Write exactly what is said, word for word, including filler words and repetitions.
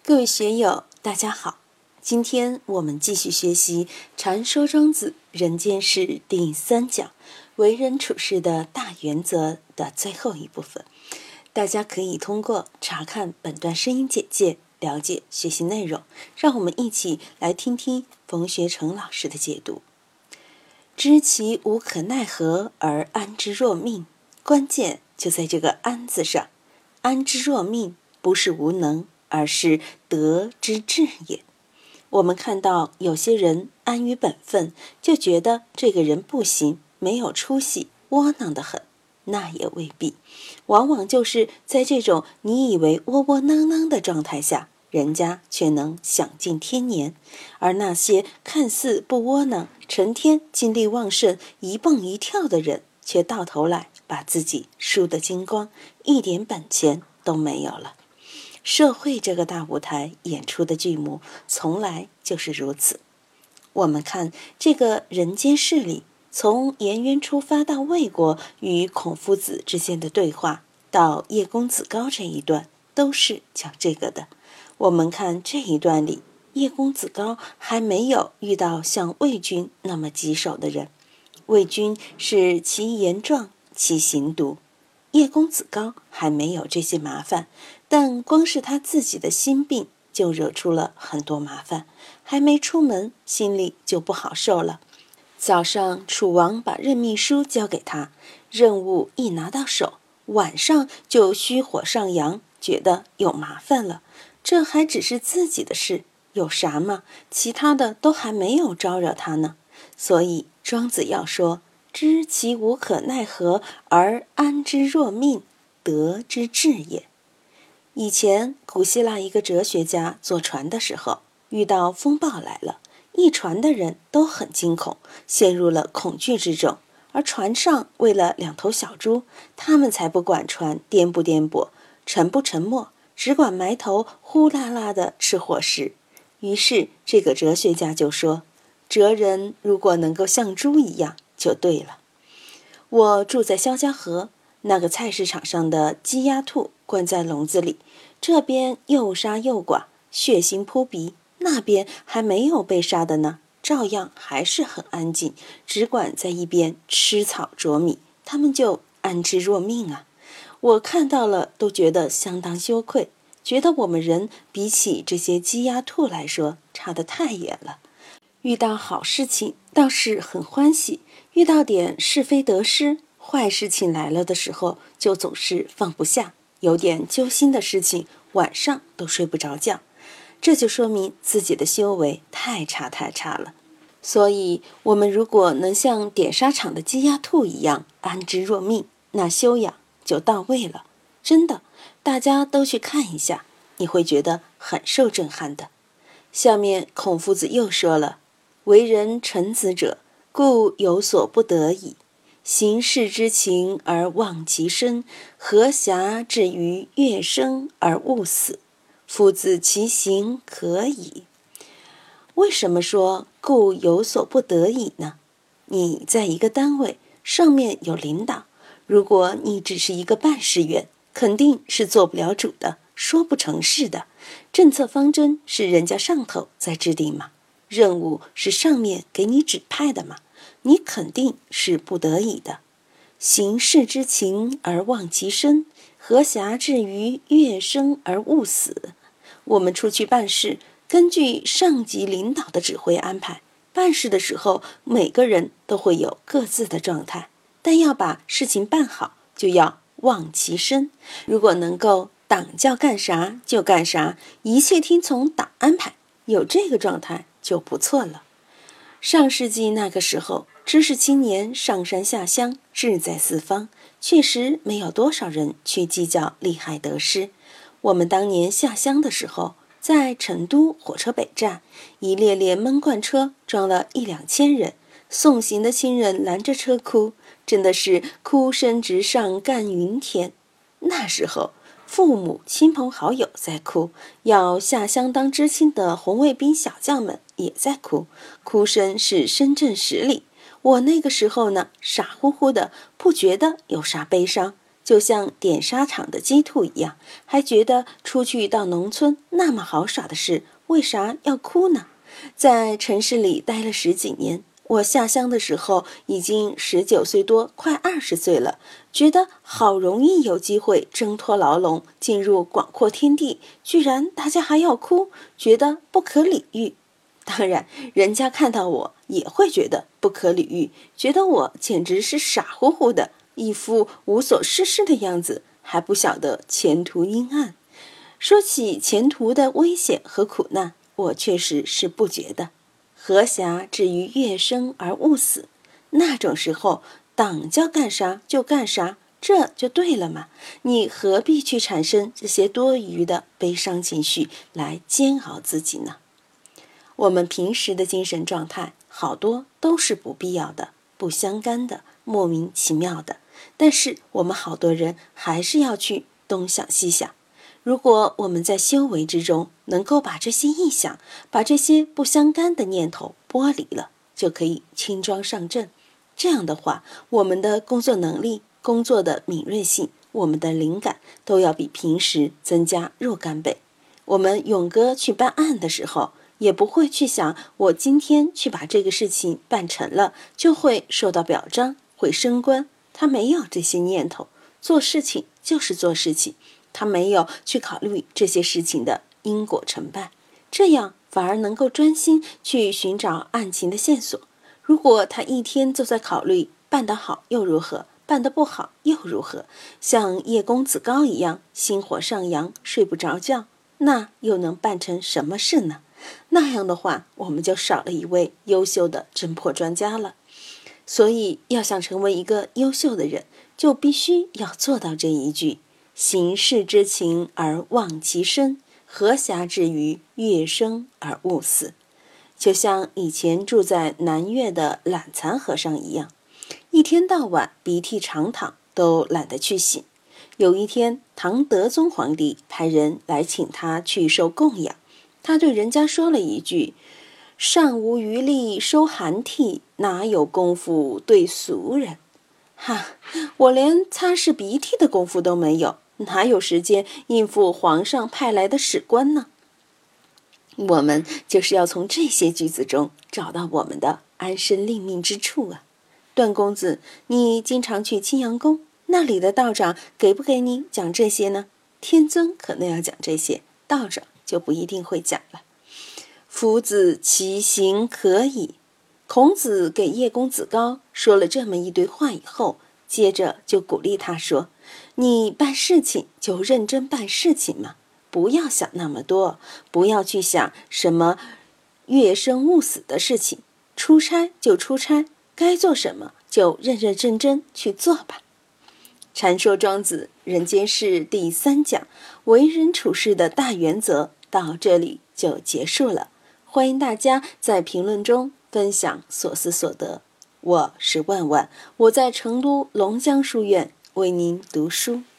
各位学友，大家好！今天我们继续学习《禅说庄子人间世》第三讲为人处事的大原则的最后一部分。大家可以通过查看本段声音简介了解学习内容。让我们一起来听听冯学成老师的解读。知其无可奈何而安之若命，关键就在这个安字上。安之若命不是无能，而是德之至也。我们看到有些人安于本分，就觉得这个人不行，没有出息，窝囊得很。那也未必，往往就是在这种你以为窝窝囊囊的状态下，人家却能享尽天年。而那些看似不窝囊，成天精力旺盛，一蹦一跳的人，却到头来把自己输得精光，一点本钱都没有了。社会这个大舞台演出的剧目从来就是如此。我们看这个人间世里，从颜渊出发到魏国与孔夫子之间的对话，到叶公子高这一段，都是讲这个的。我们看这一段里，叶公子高还没有遇到像魏军那么棘手的人。魏军是其言壮，其行毒，叶公子高还没有这些麻烦，但光是他自己的心病就惹出了很多麻烦，还没出门心里就不好受了。早上楚王把任命书交给他，任务一拿到手，晚上就虚火上扬，觉得有麻烦了。这还只是自己的事，有啥嘛？其他的都还没有招惹他呢。所以庄子要说，知其无可奈何而安之若命，德之至也。以前古希腊一个哲学家坐船的时候，遇到风暴来了，一船的人都很惊恐，陷入了恐惧之中。而船上为了两头小猪，他们才不管船颠不颠簸，沉不沉没，只管埋头呼啦啦地吃伙食。于是这个哲学家就说，哲人如果能够像猪一样就对了。我住在肖家河，那个菜市场上的鸡鸭兔关在笼子里，这边又杀又剐，血腥扑鼻，那边还没有被杀的呢，照样还是很安静，只管在一边吃草啄米，他们就安之若命啊。我看到了都觉得相当羞愧，觉得我们人比起这些鸡鸭兔来说差得太远了。遇到好事情倒是很欢喜，遇到点是非得失，坏事情来了的时候就总是放不下，有点揪心的事情晚上都睡不着觉。这就说明自己的修为太差太差了。所以我们如果能像点沙场的鸡鸭兔一样安之若命，那修养就到位了。真的，大家都去看一下，你会觉得很受震撼的。下面孔夫子又说了，为人臣子者，故有所不得已。行事之情而忘其身，何暇至于乐生而勿死？夫子其行可矣。为什么说故有所不得已呢？你在一个单位，上面有领导，如果你只是一个办事员，肯定是做不了主的，说不成事的。政策方针是人家上头在制定嘛，任务是上面给你指派的嘛，你肯定是不得已的。行事之情而忘其身，何暇至于乐生而勿死？我们出去办事，根据上级领导的指挥安排，办事的时候每个人都会有各自的状态，但要把事情办好，就要忘其身。如果能够党叫干啥就干啥，一切听从党安排，有这个状态就不错了。上世纪那个时候，知识青年上山下乡，志在四方，确实没有多少人去计较利害得失。我们当年下乡的时候，在成都火车北站，一列列闷罐车装了一两千人，送行的亲人拦着车哭，真的是哭声直上干云天。那时候父母亲朋好友在哭，要下乡当知青的红卫兵小将们也在哭，哭声是深震十里。我那个时候呢，傻乎乎的，不觉得有啥悲伤， 就像点沙场的鸡兔一样，还觉得出去到农村那么好耍的事，为啥要哭呢？在城市里待了十几年，我下乡的时候已经十九岁多，快二十岁了，觉得好容易有机会挣脱牢笼，进入广阔天地，居然大家还要哭，觉得不可理喻。当然，人家看到我也会觉得不可理喻，觉得我简直是傻乎乎的，一副无所事事的样子，还不晓得前途阴暗。说起前途的危险和苦难，我确实是不觉得。何暇至于月生而勿死？那种时候，党叫干啥就干啥，这就对了嘛。你何必去产生这些多余的悲伤情绪来煎熬自己呢？我们平时的精神状态好多都是不必要的、不相干的、莫名其妙的，但是我们好多人还是要去东想西想。如果我们在修为之中能够把这些臆想、把这些不相干的念头剥离了，就可以轻装上阵。这样的话，我们的工作能力、工作的敏锐性、我们的灵感都要比平时增加若干倍。我们勇哥去办案的时候，也不会去想我今天去把这个事情办成了，就会受到表彰，会升官。他没有这些念头，做事情就是做事情，他没有去考虑这些事情的因果成败，这样反而能够专心去寻找案情的线索。如果他一天都在考虑办得好又如何，办得不好又如何，像叶公子高一样心火上扬，睡不着觉，那又能办成什么事呢？那样的话，我们就少了一位优秀的侦破专家了。所以要想成为一个优秀的人，就必须要做到这一句：行事之情而忘其身，何暇至于月生而勿死。就像以前住在南岳的懒蚕和尚一样，一天到晚鼻涕长淌，都懒得去醒。有一天，唐德宗皇帝派人来请他去受供养，他对人家说了一句：上无余力收寒涕，哪有功夫对俗人。哈，我连擦拭鼻涕的功夫都没有，哪有时间应付皇上派来的史官呢？我们就是要从这些句子中找到我们的安身立命之处啊。段公子，你经常去青阳宫，那里的道长给不给你讲这些呢？天尊可能要讲这些，道长就不一定会讲了。夫子其行可矣。孔子给叶公子高说了这么一堆话以后，接着就鼓励他说：你办事情就认真办事情嘛，不要想那么多，不要去想什么月生勿死的事情，出差就出差，该做什么就认认真真去做吧。禅说庄子人间世第三讲为人处事的大原则到这里就结束了。欢迎大家在评论中分享所思所得。我是万万，我在成都龙江书院为您读书。